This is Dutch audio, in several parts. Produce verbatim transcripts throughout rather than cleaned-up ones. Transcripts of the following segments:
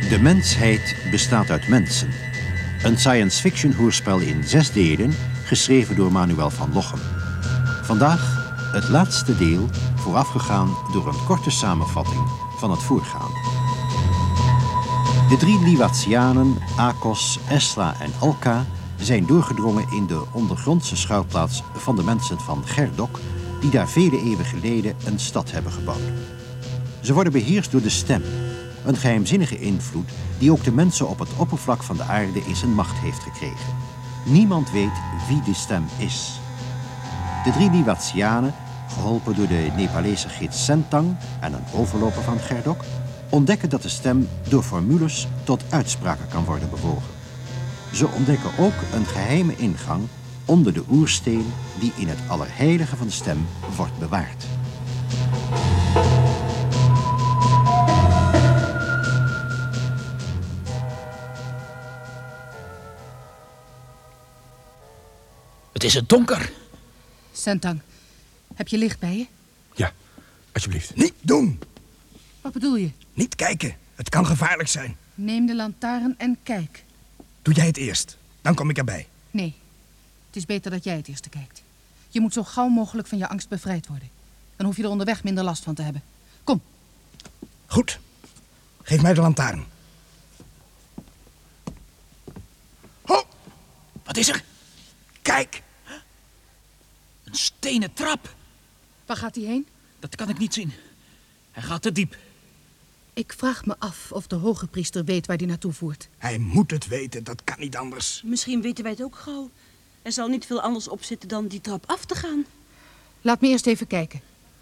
De mensheid bestaat uit mensen. Een science-fiction hoorspel in zes delen, geschreven door Manuel van Lochem. Vandaag het laatste deel, voorafgegaan door een korte samenvatting van het voorgaande. De drie Liwatianen, Akos, Esra en Alka, zijn doorgedrongen in de ondergrondse schuilplaats van de mensen van Gerdok, die daar vele eeuwen geleden een stad hebben gebouwd. Ze worden beheerst door de stem, een geheimzinnige invloed die ook de mensen op het oppervlak van de aarde in zijn macht heeft gekregen. Niemand weet wie die stem is. De drie Liwatianen, geholpen door de Nepalese gids Sentang en een overloper van Gerdok, ontdekken dat de stem door formules tot uitspraken kan worden bewogen. Ze ontdekken ook een geheime ingang onder de oersteen die in het allerheilige van de stem wordt bewaard. Het is het donker. Sentang, heb je licht bij je? Ja, alsjeblieft. Niet doen! Wat bedoel je? Niet kijken. Het kan gevaarlijk zijn. Neem de lantaarn en kijk. Doe jij het eerst. Dan kom ik erbij. Nee, het is beter dat jij het eerste kijkt. Je moet zo gauw mogelijk van je angst bevrijd worden. Dan hoef je er onderweg minder last van te hebben. Kom. Goed. Geef mij de lantaarn. Ho! Wat is er? Kijk! Een stenen trap. Waar gaat hij heen? Dat kan ik niet zien. Hij gaat te diep. Ik vraag me af of de hoge priester weet waar hij naartoe voert. Hij moet het weten, dat kan niet anders. Misschien weten wij het ook gauw. Er zal niet veel anders op zitten dan die trap af te gaan. Laat me eerst even kijken.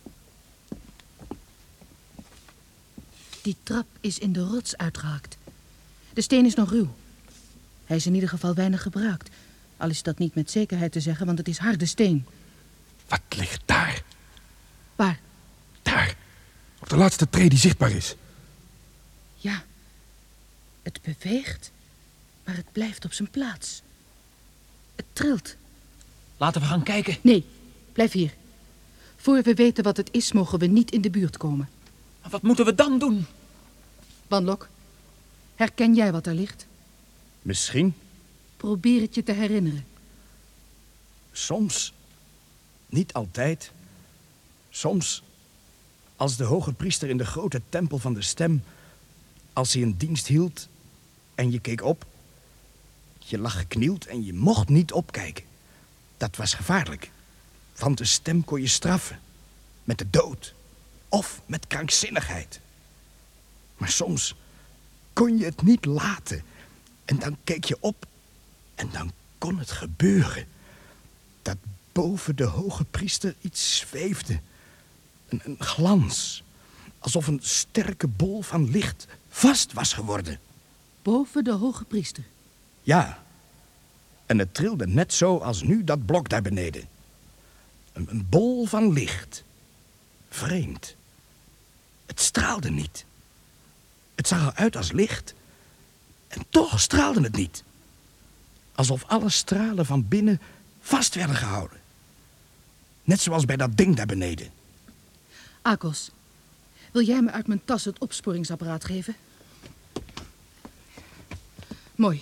Die trap is in de rots uitgehakt. De steen is nog ruw. Hij is in ieder geval weinig gebruikt. Al is dat niet met zekerheid te zeggen, want het is harde steen. Wat ligt daar? Waar? Daar. Op de laatste tree die zichtbaar is. Ja. Het beweegt, maar het blijft op zijn plaats. Het trilt. Laten we gaan kijken. Nee, blijf hier. Voor we weten wat het is, mogen we niet in de buurt komen. Wat moeten we dan doen? Banlok, herken jij wat er ligt? Misschien. Probeer het je te herinneren. Soms. Niet altijd. Soms. Als de hoge priester in de grote tempel van de stem, als hij een dienst hield en je keek op. Je lag geknield en je mocht niet opkijken. Dat was gevaarlijk. Want de stem kon je straffen. Met de dood. Of met krankzinnigheid. Maar soms kon je het niet laten. En dan keek je op. En dan kon het gebeuren. Dat boven de hoge priester iets zweefde. Een, een glans. Alsof een sterke bol van licht vast was geworden. Boven de hoge priester? Ja. En het trilde net zo als nu dat blok daar beneden. Een, een bol van licht. Vreemd. Het straalde niet. Het zag eruit als licht. En toch straalde het niet. Alsof alle stralen van binnen vast werden gehouden. Net zoals bij dat ding daar beneden. Akos, wil jij me uit mijn tas het opsporingsapparaat geven? Mooi.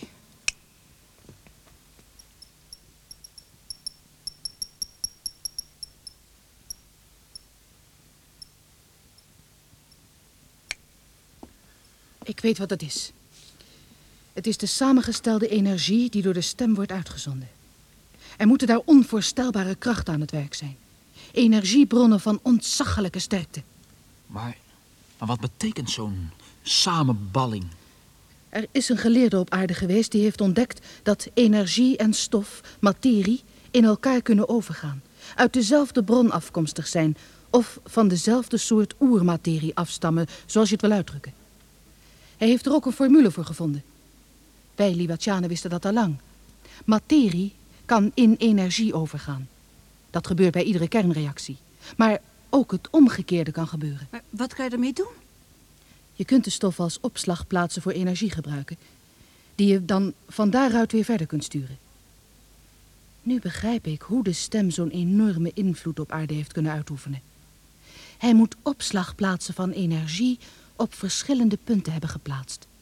Ik weet wat het is. Het is de samengestelde energie die door de stem wordt uitgezonden. Er moeten daar onvoorstelbare krachten aan het werk zijn. Energiebronnen van ontzaglijke sterkte. Maar, maar wat betekent zo'n samenballing? Er is een geleerde op aarde geweest die heeft ontdekt dat energie en stof, materie, in elkaar kunnen overgaan. Uit dezelfde bron afkomstig zijn of van dezelfde soort oermaterie afstammen, zoals je het wil uitdrukken. Hij heeft er ook een formule voor gevonden. Wij Liwatianen wisten dat al lang. Materie kan in energie overgaan. Dat gebeurt bij iedere kernreactie. Maar ook het omgekeerde kan gebeuren. Maar wat kan je ermee doen? Je kunt de stof als opslag plaatsen voor energie gebruiken, die je dan van daaruit weer verder kunt sturen. Nu begrijp ik hoe de stem zo'n enorme invloed op aarde heeft kunnen uitoefenen. Hij moet opslagplaatsen van energie op verschillende punten hebben geplaatst.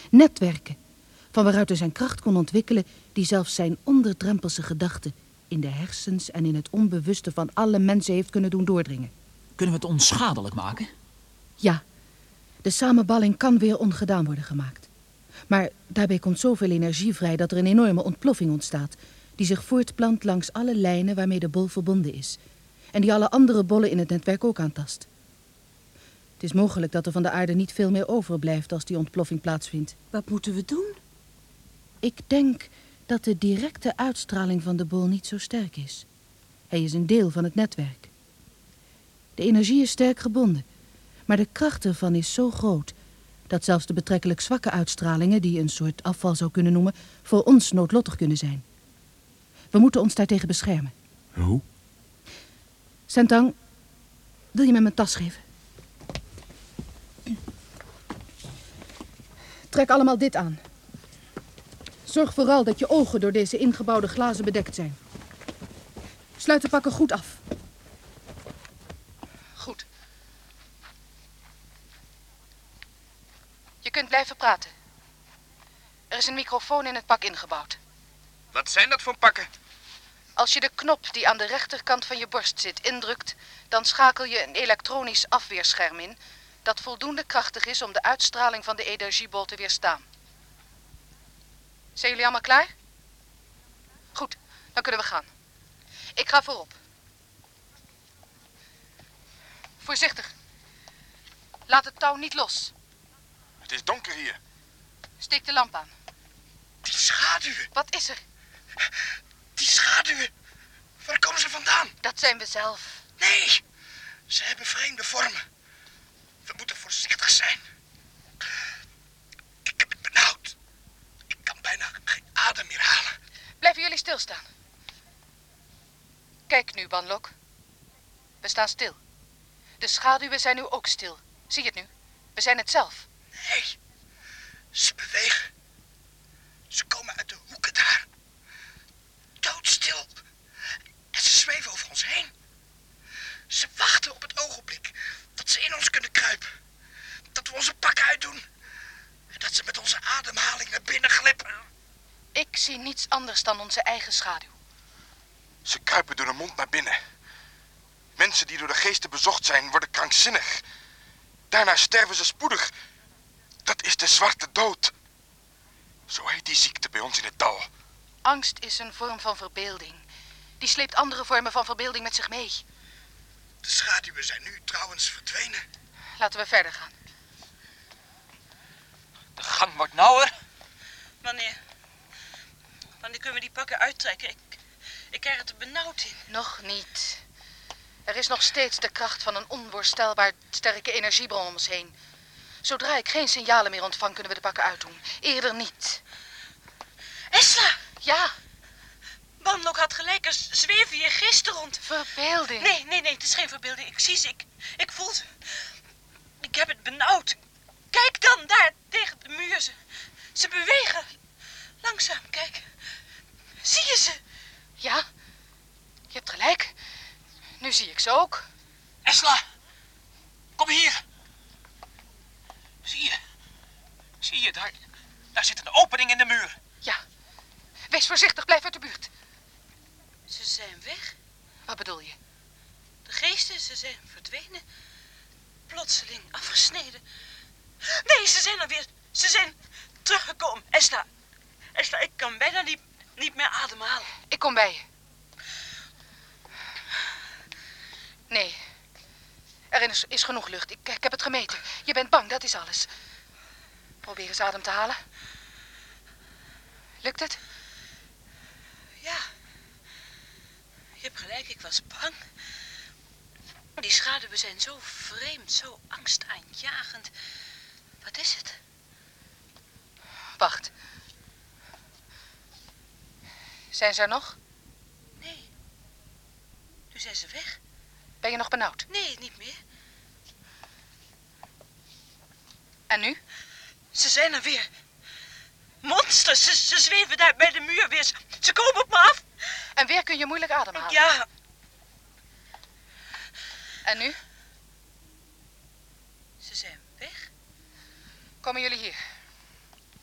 netwerken, van waaruit hij zijn kracht kon ontwikkelen die zelfs zijn onderdrempelse gedachten in de hersens en in het onbewuste van alle mensen heeft kunnen doen doordringen. Kunnen we het onschadelijk maken? Ja, de samenballing kan weer ongedaan worden gemaakt. Maar daarbij komt zoveel energie vrij dat er een enorme ontploffing ontstaat, die zich voortplant langs alle lijnen waarmee de bol verbonden is en die alle andere bollen in het netwerk ook aantast. Het is mogelijk dat er van de aarde niet veel meer overblijft als die ontploffing plaatsvindt. Wat moeten we doen? Ik denk dat de directe uitstraling van de bol niet zo sterk is. Hij is een deel van het netwerk. De energie is sterk gebonden, maar de kracht ervan is zo groot dat zelfs de betrekkelijk zwakke uitstralingen, die een soort afval zou kunnen noemen, voor ons noodlottig kunnen zijn. We moeten ons daartegen beschermen. Hoe? Sentang, wil je me mijn tas geven? Trek allemaal dit aan. Zorg vooral dat je ogen door deze ingebouwde glazen bedekt zijn. Sluit de pakken goed af. Goed. Je kunt blijven praten. Er is een microfoon in het pak ingebouwd. Wat zijn dat voor pakken? Als je de knop die aan de rechterkant van je borst zit indrukt, dan schakel je een elektronisch afweerscherm in dat voldoende krachtig is om de uitstraling van de energiebol te weerstaan. Zijn jullie allemaal klaar? Goed, dan kunnen we gaan. Ik ga voorop. Voorzichtig. Laat het touw niet los. Het is donker hier. Steek de lamp aan. Die schaduwen. Wat is er? Die schaduwen. Waar komen ze vandaan? Dat zijn we zelf. Nee, ze hebben vreemde vormen. We moeten voorzichtig zijn. Ik heb het benauwd. Ik kan bijna geen adem meer halen. Blijven jullie stilstaan. Kijk nu, Banlok. We staan stil. De schaduwen zijn nu ook stil. Zie je het nu? We zijn het zelf. Nee, ze bewegen. Ze komen uit de hoeken daar. Doodstil. En ze zweven over ons heen. Ze wachten op het ogenblik dat ze in ons kunnen kruipen. Dat we onze pakken uitdoen. En dat ze met onze ademhaling naar binnen glippen. Ik zie niets anders dan onze eigen schaduw. Ze kruipen door de mond naar binnen. Mensen die door de geesten bezocht zijn, worden krankzinnig. Daarna sterven ze spoedig. Dat is de zwarte dood. Zo heet die ziekte bij ons in het dal. Angst is een vorm van verbeelding. Die sleept andere vormen van verbeelding met zich mee. De schaduwen zijn nu trouwens verdwenen. Laten we verder gaan. De gang wordt nauwer. Wanneer? Wanneer kunnen we die pakken uittrekken? Ik, ik krijg het er benauwd in. Nog niet. Er is nog steeds de kracht van een onvoorstelbaar sterke energiebron om ons heen. Zodra ik geen signalen meer ontvang, kunnen we de pakken uitdoen. Eerder niet. Esla! Ja, Banlok had gelijk, er zweven hier geesten rond. verbeelding. Nee, nee, nee, het is geen verbeelding. Ik zie ze, ik, ik voel ze. Ik heb het benauwd. Kijk dan, daar, tegen de muur. Ze, ze bewegen. Langzaam, kijk. Zie je ze? Ja, je hebt gelijk. Nu zie ik ze ook. Esla, kom hier. Zie je? Zie je, daar, daar zit een opening in de muur. Ja, wees voorzichtig, blijf uit de buurt. Ze zijn weg. Wat bedoel je? De geesten, ze zijn verdwenen. Plotseling afgesneden. Nee, ze zijn er weer. Ze zijn teruggekomen. Esla, Esla, ik kan bijna niet, niet meer ademhalen. Ik kom bij je. Nee, er is, is genoeg lucht. Ik, ik heb het gemeten. Je bent bang, dat is alles. Probeer eens adem te halen. Lukt het? Ja. Je hebt gelijk, ik was bang. Die schaduwen zijn zo vreemd, zo angstaanjagend. Wat is het? Wacht. Zijn ze er nog? Nee. Nu zijn ze weg. Ben je nog benauwd? Nee, niet meer. En nu? Ze zijn er weer. Monsters, ze, ze zweven daar bij de muur weer. Ze, ze komen op me af. En weer kun je moeilijk ademhalen. Ja. En nu? Ze zijn weg. Komen jullie hier.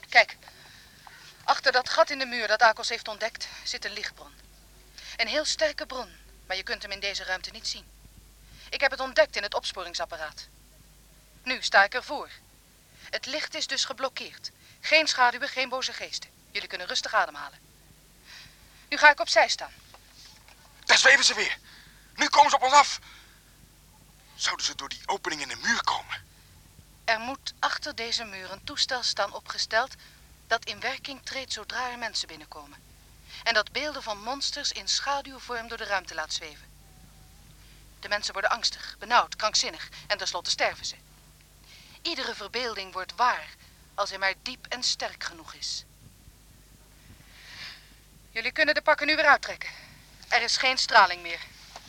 Kijk, achter dat gat in de muur dat Akos heeft ontdekt, zit een lichtbron. Een heel sterke bron, maar je kunt hem in deze ruimte niet zien. Ik heb het ontdekt in het opsporingsapparaat. Nu sta ik ervoor. Het licht is dus geblokkeerd. Geen schaduwen, geen boze geesten. Jullie kunnen rustig ademhalen. Nu ga ik opzij staan. Daar zweven ze weer. Nu komen ze op ons af. Zouden ze door die opening in de muur komen? Er moet achter deze muur een toestel staan opgesteld dat in werking treedt zodra er mensen binnenkomen. En dat beelden van monsters in schaduwvorm door de ruimte laat zweven. De mensen worden angstig, benauwd, krankzinnig en tenslotte sterven ze. Iedere verbeelding wordt waar als hij maar diep en sterk genoeg is. Jullie kunnen de pakken nu weer uittrekken. Er is geen straling meer.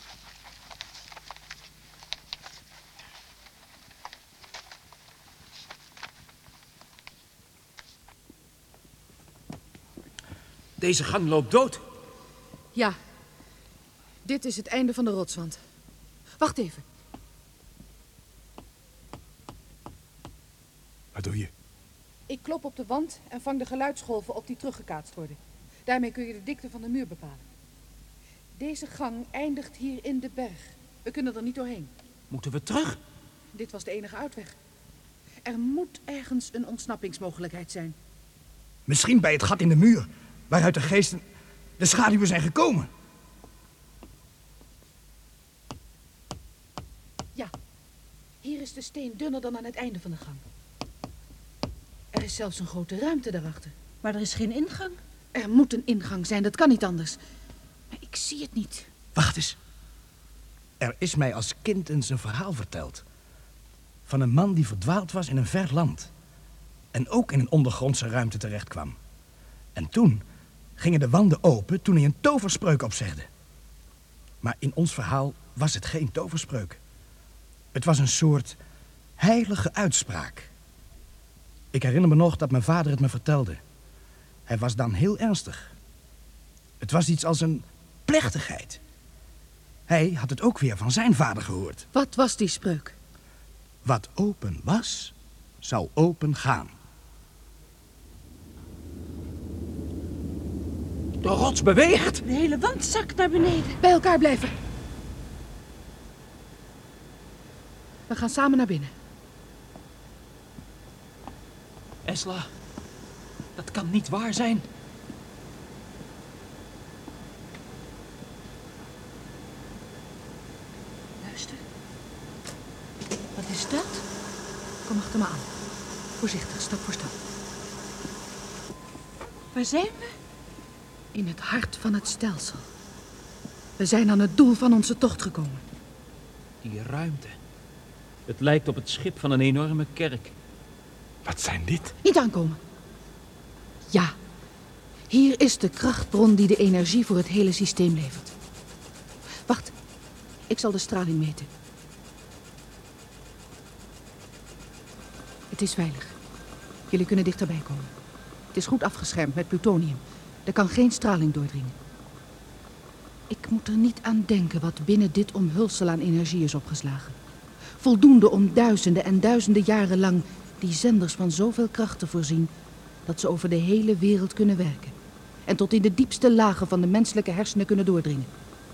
Deze gang loopt dood. Ja, dit is het einde van de rotswand. Wacht even. Wat doe je? Ik klop op de wand en vang de geluidsgolven op die teruggekaatst worden. Daarmee kun je de dikte van de muur bepalen. Deze gang eindigt hier in de berg. We kunnen er niet doorheen. Moeten we terug? Dit was de enige uitweg. Er moet ergens een ontsnappingsmogelijkheid zijn. Misschien bij het gat in de muur, waaruit de geesten, de schaduwen zijn gekomen. Ja, hier is de steen dunner dan aan het einde van de gang. Er is zelfs een grote ruimte daarachter. Maar er is geen ingang. Er moet een ingang zijn, dat kan niet anders. Maar ik zie het niet. Wacht eens. Er is mij als kind eens een verhaal verteld. Van een man die verdwaald was in een ver land. En ook in een ondergrondse ruimte terecht kwam. En toen gingen de wanden open toen hij een toverspreuk opzegde. Maar in ons verhaal was het geen toverspreuk. Het was een soort heilige uitspraak. Ik herinner me nog dat mijn vader het me vertelde. Hij was dan heel ernstig. Het was iets als een plechtigheid. Hij had het ook weer van zijn vader gehoord. Wat was die spreuk? Wat open was, zou open gaan. De rots beweegt. De hele wand zakt naar beneden. Bij elkaar blijven. We gaan samen naar binnen. Esla, dat kan niet waar zijn. Luister. Wat is dat? Kom achter me aan. Voorzichtig, stap voor stap. Waar zijn we? In het hart van het stelsel. We zijn aan het doel van onze tocht gekomen. Die ruimte. Het lijkt op het schip van een enorme kerk. Wat zijn dit? Niet aankomen. Ja, hier is de krachtbron die de energie voor het hele systeem levert. Wacht, ik zal de straling meten. Het is veilig. Jullie kunnen dichterbij komen. Het is goed afgeschermd met plutonium. Er kan geen straling doordringen. Ik moet er niet aan denken wat binnen dit omhulsel aan energie is opgeslagen. Voldoende om duizenden en duizenden jaren lang die zenders van zoveel kracht te voorzien dat ze over de hele wereld kunnen werken en tot in de diepste lagen van de menselijke hersenen kunnen doordringen.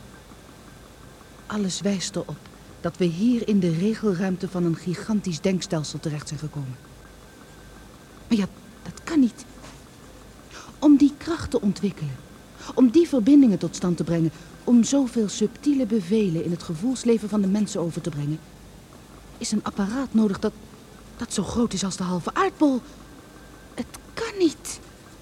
Alles wijst erop dat we hier in de regelruimte van een gigantisch denkstelsel terecht zijn gekomen. Maar ja, dat kan niet. Om die kracht te ontwikkelen, om die verbindingen tot stand te brengen, om zoveel subtiele bevelen in het gevoelsleven van de mensen over te brengen, is een apparaat nodig dat, dat zo groot is als de halve aardbol. Het kan niet.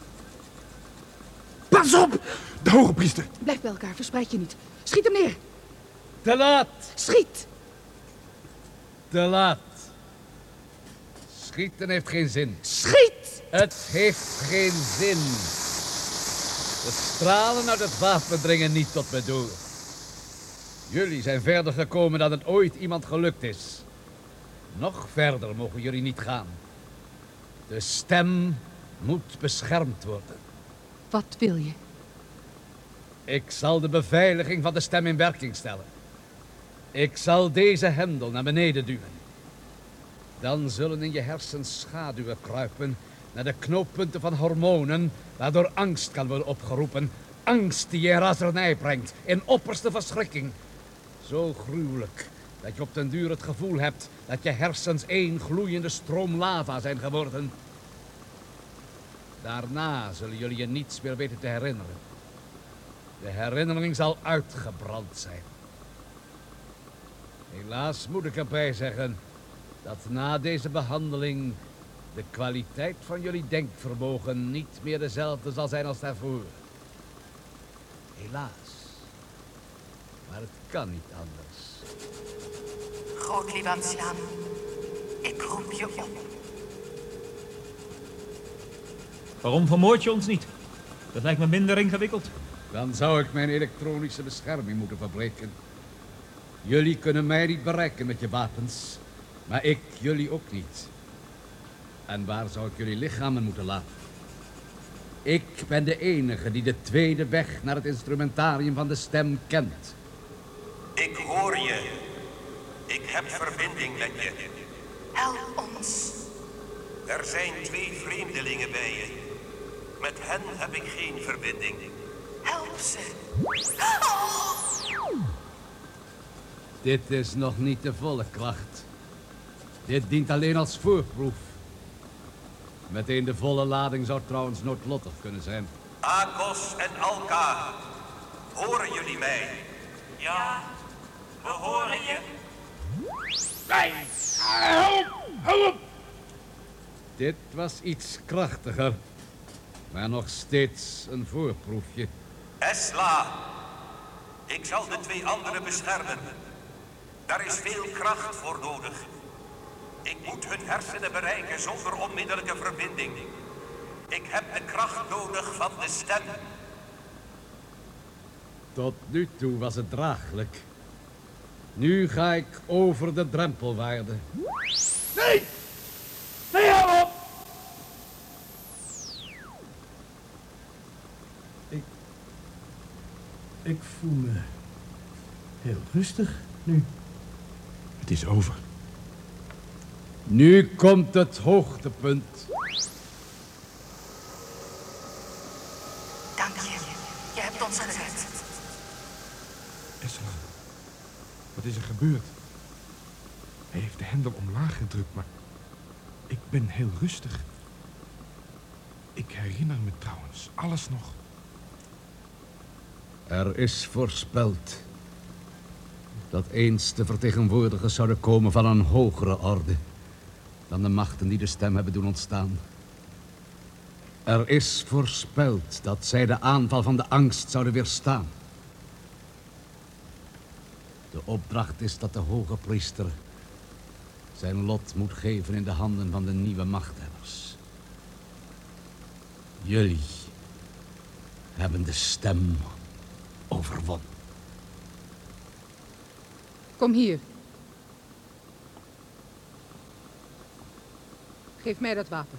Pas op! De hoge priester. Blijf bij elkaar, verspreid je niet. Schiet hem neer. Te laat, Schiet. te laat. Schieten heeft geen zin. Schiet. Het heeft geen zin. De stralen uit het wapen dringen niet tot me door. Jullie zijn verder gekomen dan het ooit iemand gelukt is. Nog verder mogen jullie niet gaan. De stem moet beschermd worden. Wat wil je? Ik zal de beveiliging van de stem in werking stellen. Ik zal deze hendel naar beneden duwen. Dan zullen in je hersens schaduwen kruipen naar de knooppunten van hormonen, waardoor angst kan worden opgeroepen. Angst die je razernij brengt, in opperste verschrikking. Zo gruwelijk dat je op den duur het gevoel hebt dat je hersens één gloeiende stroom lava zijn geworden. Daarna zullen jullie je niets meer weten te herinneren. De herinnering zal uitgebrand zijn. Helaas moet ik erbij zeggen dat na deze behandeling de kwaliteit van jullie denkvermogen niet meer dezelfde zal zijn als daarvoor. Helaas. Maar het kan niet anders. Groot Liwatiaan, ik roep je op. Waarom vermoord je ons niet? Dat lijkt me minder ingewikkeld. Dan zou ik mijn elektronische bescherming moeten verbreken. Jullie kunnen mij niet bereiken met je wapens, maar ik jullie ook niet. En waar zou ik jullie lichamen moeten laten? Ik ben de enige die de tweede weg naar het instrumentarium van de stem kent. Ik hoor je. Ik heb verbinding met je. Help ons. Er zijn twee vreemdelingen bij je. Met hen heb ik geen verbinding. Help ze. Dit is nog niet de volle kracht. Dit dient alleen als voorproef. Meteen de volle lading zou trouwens noodlottig kunnen zijn. Akos en Alka, horen jullie mij? Ja, we horen je. Nee, help, help! Dit was iets krachtiger, maar nog steeds een voorproefje. Esla, ik zal de twee anderen beschermen. Daar is veel kracht voor nodig. Ik moet hun hersenen bereiken zonder onmiddellijke verbinding. Ik heb de kracht nodig van de stem. Tot nu toe was het draaglijk. Nu ga ik over de drempelwaarde. Nee! Nee, hou op! Ik... Ik voel me heel rustig nu. Het is over. Nu komt het hoogtepunt. Dank je. Je hebt ons gered. Esla, wat is er gebeurd? Hij heeft de hendel omlaag gedrukt, maar ik ben heel rustig. Ik herinner me trouwens alles nog. Er is voorspeld dat eens de vertegenwoordigers zouden komen van een hogere orde dan de machten die de stem hebben doen ontstaan. Er is voorspeld dat zij de aanval van de angst zouden weerstaan. De opdracht is dat de hoge priester zijn lot moet geven in de handen van de nieuwe machthebbers. Jullie hebben de stem overwonnen. Kom hier. Geef mij dat wapen.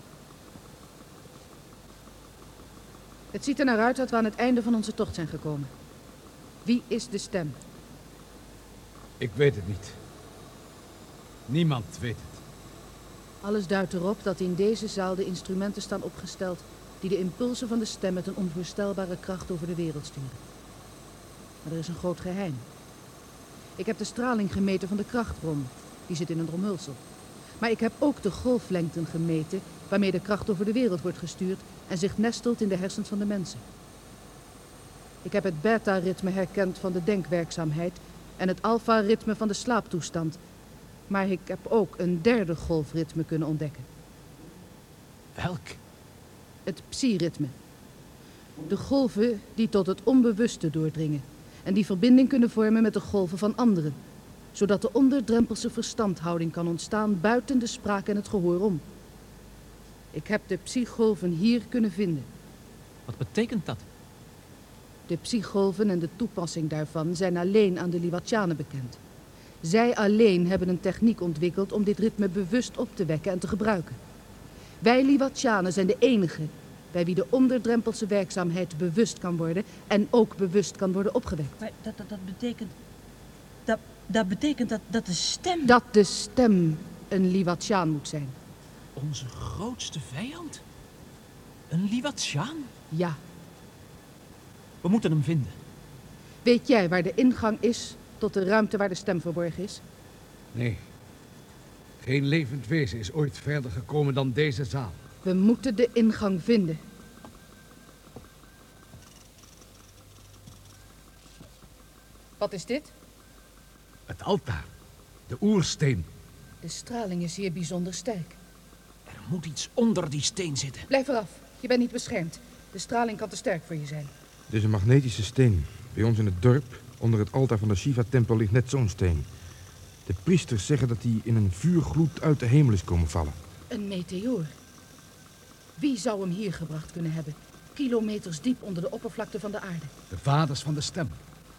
Het ziet er naar uit dat we aan het einde van onze tocht zijn gekomen. Wie is de stem? Ik weet het niet. Niemand weet het. Alles duidt erop dat in deze zaal de instrumenten staan opgesteld die de impulsen van de stem met een onvoorstelbare kracht over de wereld sturen. Maar er is een groot geheim. Ik heb de straling gemeten van de krachtbron. Die zit in een omhulsel. Maar ik heb ook de golflengten gemeten waarmee de kracht over de wereld wordt gestuurd en zich nestelt in de hersens van de mensen. Ik heb het beta-ritme herkend van de denkwerkzaamheid en het alfa-ritme van de slaaptoestand. Maar ik heb ook een derde golfritme kunnen ontdekken. Welk? Het psi-ritme. De golven die tot het onbewuste doordringen en die verbinding kunnen vormen met de golven van anderen, zodat de onderdrempelse verstandhouding kan ontstaan buiten de spraak en het gehoor om. Ik heb de psi-golven hier kunnen vinden. Wat betekent dat? De psi-golven en de toepassing daarvan zijn alleen aan de Liwatianen bekend. Zij alleen hebben een techniek ontwikkeld om dit ritme bewust op te wekken en te gebruiken. Wij Liwatianen zijn de enigen bij wie de onderdrempelse werkzaamheid bewust kan worden en ook bewust kan worden opgewekt. Maar dat, dat, dat betekent... Dat, dat betekent dat, dat de stem... Dat de stem een Liwatiaan moet zijn. Onze grootste vijand? Een Liwatsjaan? Ja. We moeten hem vinden. Weet jij waar de ingang is tot de ruimte waar de stem verborgen is? Nee. Geen levend wezen is ooit verder gekomen dan deze zaal. We moeten de ingang vinden. Wat is dit? Het altaar. De oersteen. De straling is hier bijzonder sterk. Er moet iets onder die steen zitten. Blijf eraf. Je bent niet beschermd. De straling kan te sterk voor je zijn. Het is een magnetische steen. Bij ons in het dorp, onder het altaar van de Shiva-tempel, ligt net zo'n steen. De priesters zeggen dat hij in een vuurgloed uit de hemel is komen vallen. Een meteoor. Wie zou hem hier gebracht kunnen hebben? Kilometers diep onder de oppervlakte van de aarde. De vaders van de stem.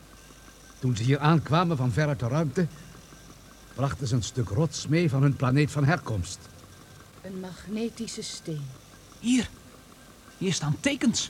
Toen ze hier aankwamen van ver uit de ruimte, brachten ze een stuk rots mee van hun planeet van herkomst. Een magnetische steen. Hier. Hier staan tekens.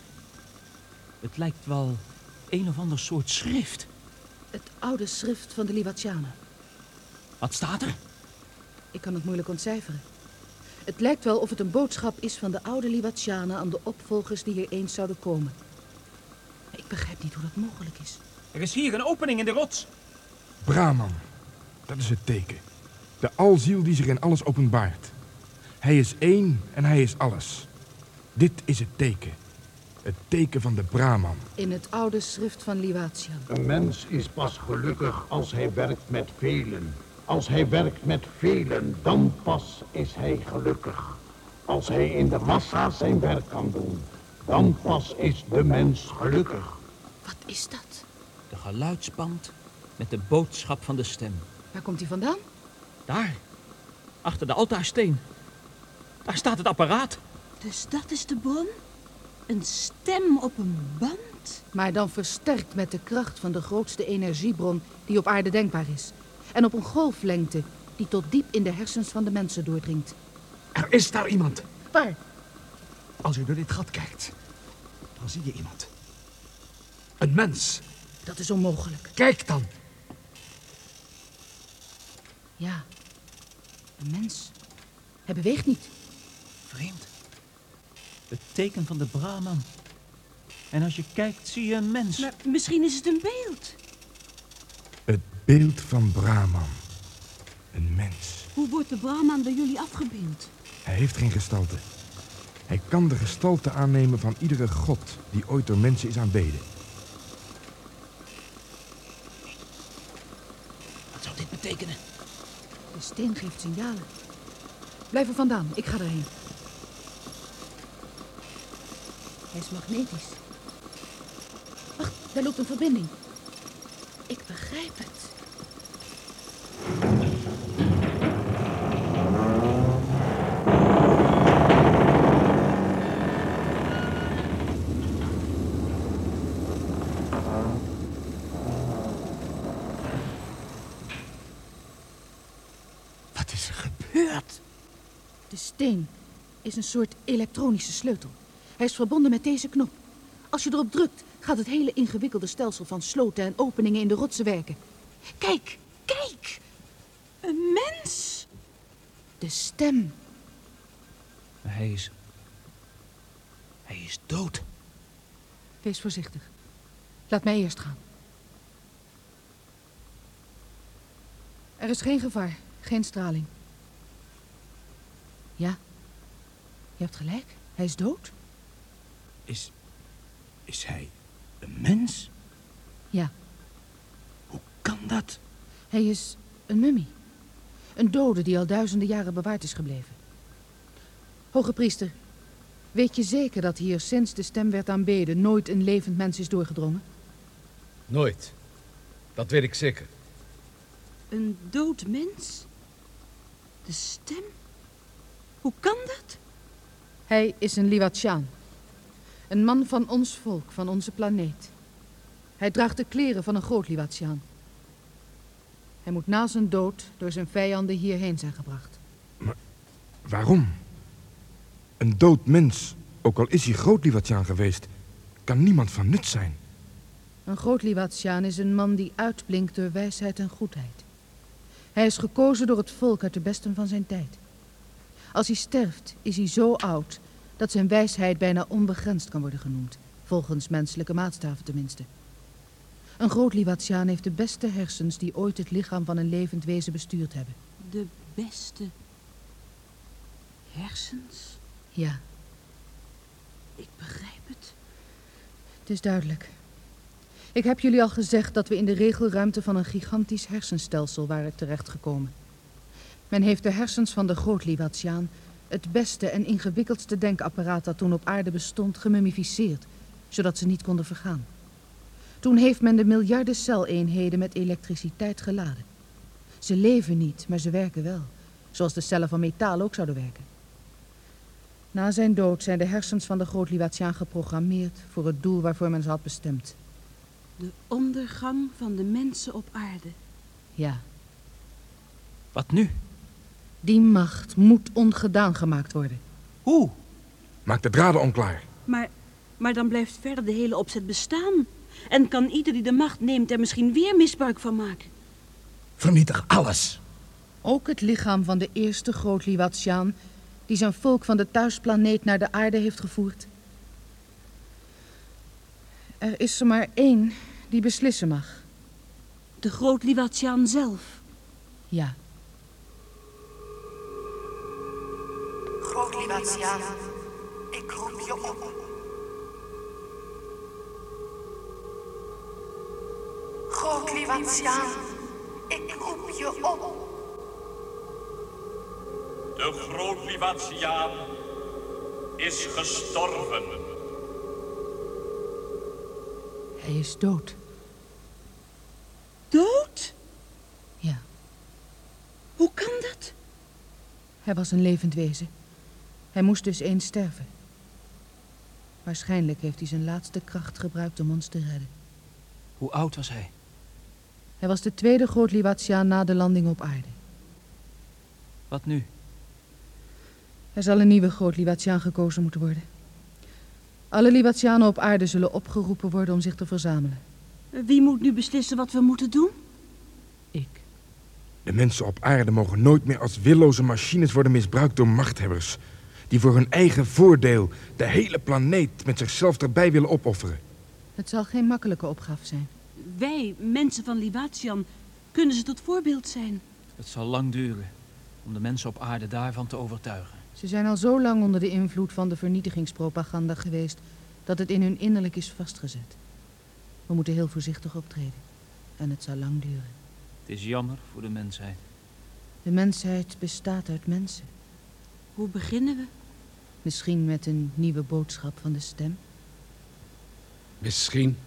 Het lijkt wel een of ander soort schrift. Het oude schrift van de Liwatsjanen. Wat staat er? Ik kan het moeilijk ontcijferen. Het lijkt wel of het een boodschap is van de oude Liwatsjanen aan de opvolgers die hier eens zouden komen. Maar ik begrijp niet hoe dat mogelijk is. Er is hier een opening in de rots. Brahman, dat is het teken. De alziel die zich in alles openbaart. Hij is één en hij is alles. Dit is het teken. Het teken van de Brahman. In het oude schrift van Liwatsjan. Een mens is pas gelukkig als hij werkt met velen. Als hij werkt met velen, dan pas is hij gelukkig. Als hij in de massa zijn werk kan doen, dan pas is de mens gelukkig. Wat is dat? De geluidsband met de boodschap van de stem. Waar komt hij vandaan? Daar, achter de altaarsteen. Daar staat het apparaat. Dus dat is de bron? Een stem op een band? Maar dan versterkt met de kracht van de grootste energiebron die op aarde denkbaar is. En op een golflengte die tot diep in de hersens van de mensen doordringt. Er is daar iemand. Waar? Als je door dit gat kijkt, dan zie je iemand. Een mens. Dat is onmogelijk. Kijk dan. Ja, een mens. Hij beweegt niet. Vreemd. Het teken van de Brahman. En als je kijkt, zie je een mens. Maar misschien is het een beeld. Het beeld van Brahman. Een mens. Hoe wordt de Brahman bij jullie afgebeeld? Hij heeft geen gestalte. Hij kan de gestalte aannemen van iedere god die ooit door mensen is aanbeden. Wat zou dit betekenen? De steen geeft signalen. Blijf er vandaan, ik ga erheen. Hij is magnetisch. Wacht, daar loopt een verbinding. Ik begrijp het. Wat is er gebeurd? De steen is een soort elektronische sleutel. Hij is verbonden met deze knop. Als je erop drukt, gaat het hele ingewikkelde stelsel van sloten en openingen in de rotsen werken. Kijk, kijk! Een mens! De stem. Hij is... Hij is dood. Wees voorzichtig. Laat mij eerst gaan. Er is geen gevaar, geen straling. Ja, je hebt gelijk. Hij is dood. Is... Is hij een mens? Ja. Hoe kan dat? Hij is een mummie. Een dode die al duizenden jaren bewaard is gebleven. Hoge priester, weet je zeker dat hier sinds de stem werd aanbeden nooit een levend mens is doorgedrongen? Nooit. Dat weet ik zeker. Een dood mens? De stem? Hoe kan dat? Hij is een Liwatsjaan. Een man van ons volk, van onze planeet. Hij draagt de kleren van een groot Liwatsjaan. Hij moet na zijn dood door zijn vijanden hierheen zijn gebracht. Maar waarom? Een dood mens, ook al is hij groot Liwatsjaan geweest, kan niemand van nut zijn. Een groot Liwatsjaan is een man die uitblinkt door wijsheid en goedheid. Hij is gekozen door het volk uit de besten van zijn tijd. Als hij sterft, is hij zo oud dat zijn wijsheid bijna onbegrensd kan worden genoemd, volgens menselijke maatstaven tenminste. Een groot Liwatiaan heeft de beste hersens die ooit het lichaam van een levend wezen bestuurd hebben. De beste hersens? Ja. Ik begrijp het. Het is duidelijk. Ik heb jullie al gezegd dat we in de regelruimte van een gigantisch hersenstelsel waren terechtgekomen. Men heeft de hersens van de groot Liwatiaan, het beste en ingewikkeldste denkapparaat dat toen op aarde bestond, gemummificeerd, zodat ze niet konden vergaan. Toen heeft men de miljarden celeenheden met elektriciteit geladen. Ze leven niet, maar ze werken wel, zoals de cellen van metaal ook zouden werken. Na zijn dood zijn de hersens van de groot Liwatiaan geprogrammeerd voor het doel waarvoor men ze had bestemd. De ondergang van de mensen op aarde. Ja. Wat nu? Die macht moet ongedaan gemaakt worden. Hoe? Maak de draden onklaar. Maar, maar dan blijft verder de hele opzet bestaan. En kan ieder die de macht neemt er misschien weer misbruik van maken. Vernietig alles. Ook het lichaam van de eerste groot Liwatiaan, die zijn volk van de thuisplaneet naar de aarde heeft gevoerd. Er is er maar één die beslissen mag. De groot Liwatiaan zelf? Ja. Groot Liwatiaan, ik roep je op. Groot Liwatiaan, ik roep je op. De groot Liwatiaan is gestorven. Hij is dood. Dood? Ja. Hoe kan dat? Hij was een levend wezen. Hij moest dus eens sterven. Waarschijnlijk heeft hij zijn laatste kracht gebruikt om ons te redden. Hoe oud was hij? Hij was de tweede groot Liwatiaan na de landing op aarde. Wat nu? Er zal een nieuwe groot Liwatiaan gekozen moeten worden. Alle Liwatianen op aarde zullen opgeroepen worden om zich te verzamelen. Wie moet nu beslissen wat we moeten doen? Ik. De mensen op aarde mogen nooit meer als willoze machines worden misbruikt door machthebbers, die voor hun eigen voordeel de hele planeet met zichzelf erbij willen opofferen. Het zal geen makkelijke opgave zijn. Wij, mensen van Liwatian, kunnen ze tot voorbeeld zijn. Het zal lang duren om de mensen op aarde daarvan te overtuigen. Ze zijn al zo lang onder de invloed van de vernietigingspropaganda geweest dat het in hun innerlijk is vastgezet. We moeten heel voorzichtig optreden. En het zal lang duren. Het is jammer voor de mensheid. De mensheid bestaat uit mensen. Hoe beginnen we? Misschien met een nieuwe boodschap van de stem. Misschien.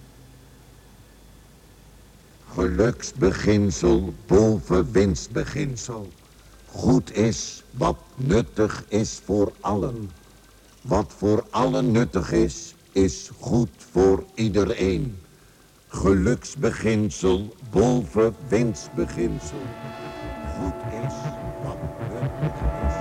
Geluksbeginsel boven winstbeginsel. Goed is wat nuttig is voor allen. Wat voor allen nuttig is, is goed voor iedereen. Geluksbeginsel boven winstbeginsel. Goed is wat nuttig is.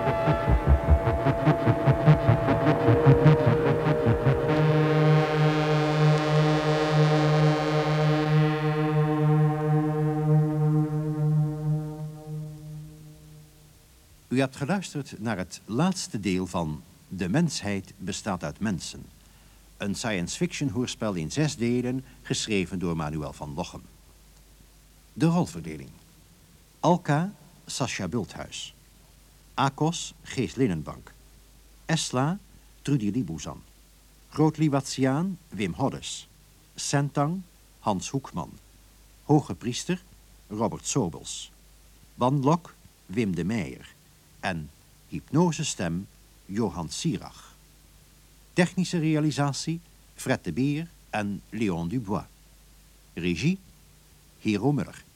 U hebt geluisterd naar het laatste deel van De mensheid bestaat uit mensen. Een science fiction hoorspel in zes delen, geschreven door Manuel van Lochem. De rolverdeling. Alka, Sascha Bulthuis. Akos, Gees Linnenbank. Esla, Trudy Libouzan. Groot Liwatiaan, Wim Hoddes. Sentang, Hans Hoekman. Hoge Priester, Robert Sobels. Bandlok, Wim de Meijer. En hypnosestem, Johan Sirach. Technische realisatie, Fred de Beer en Léon Dubois. Regie, Hero Muller.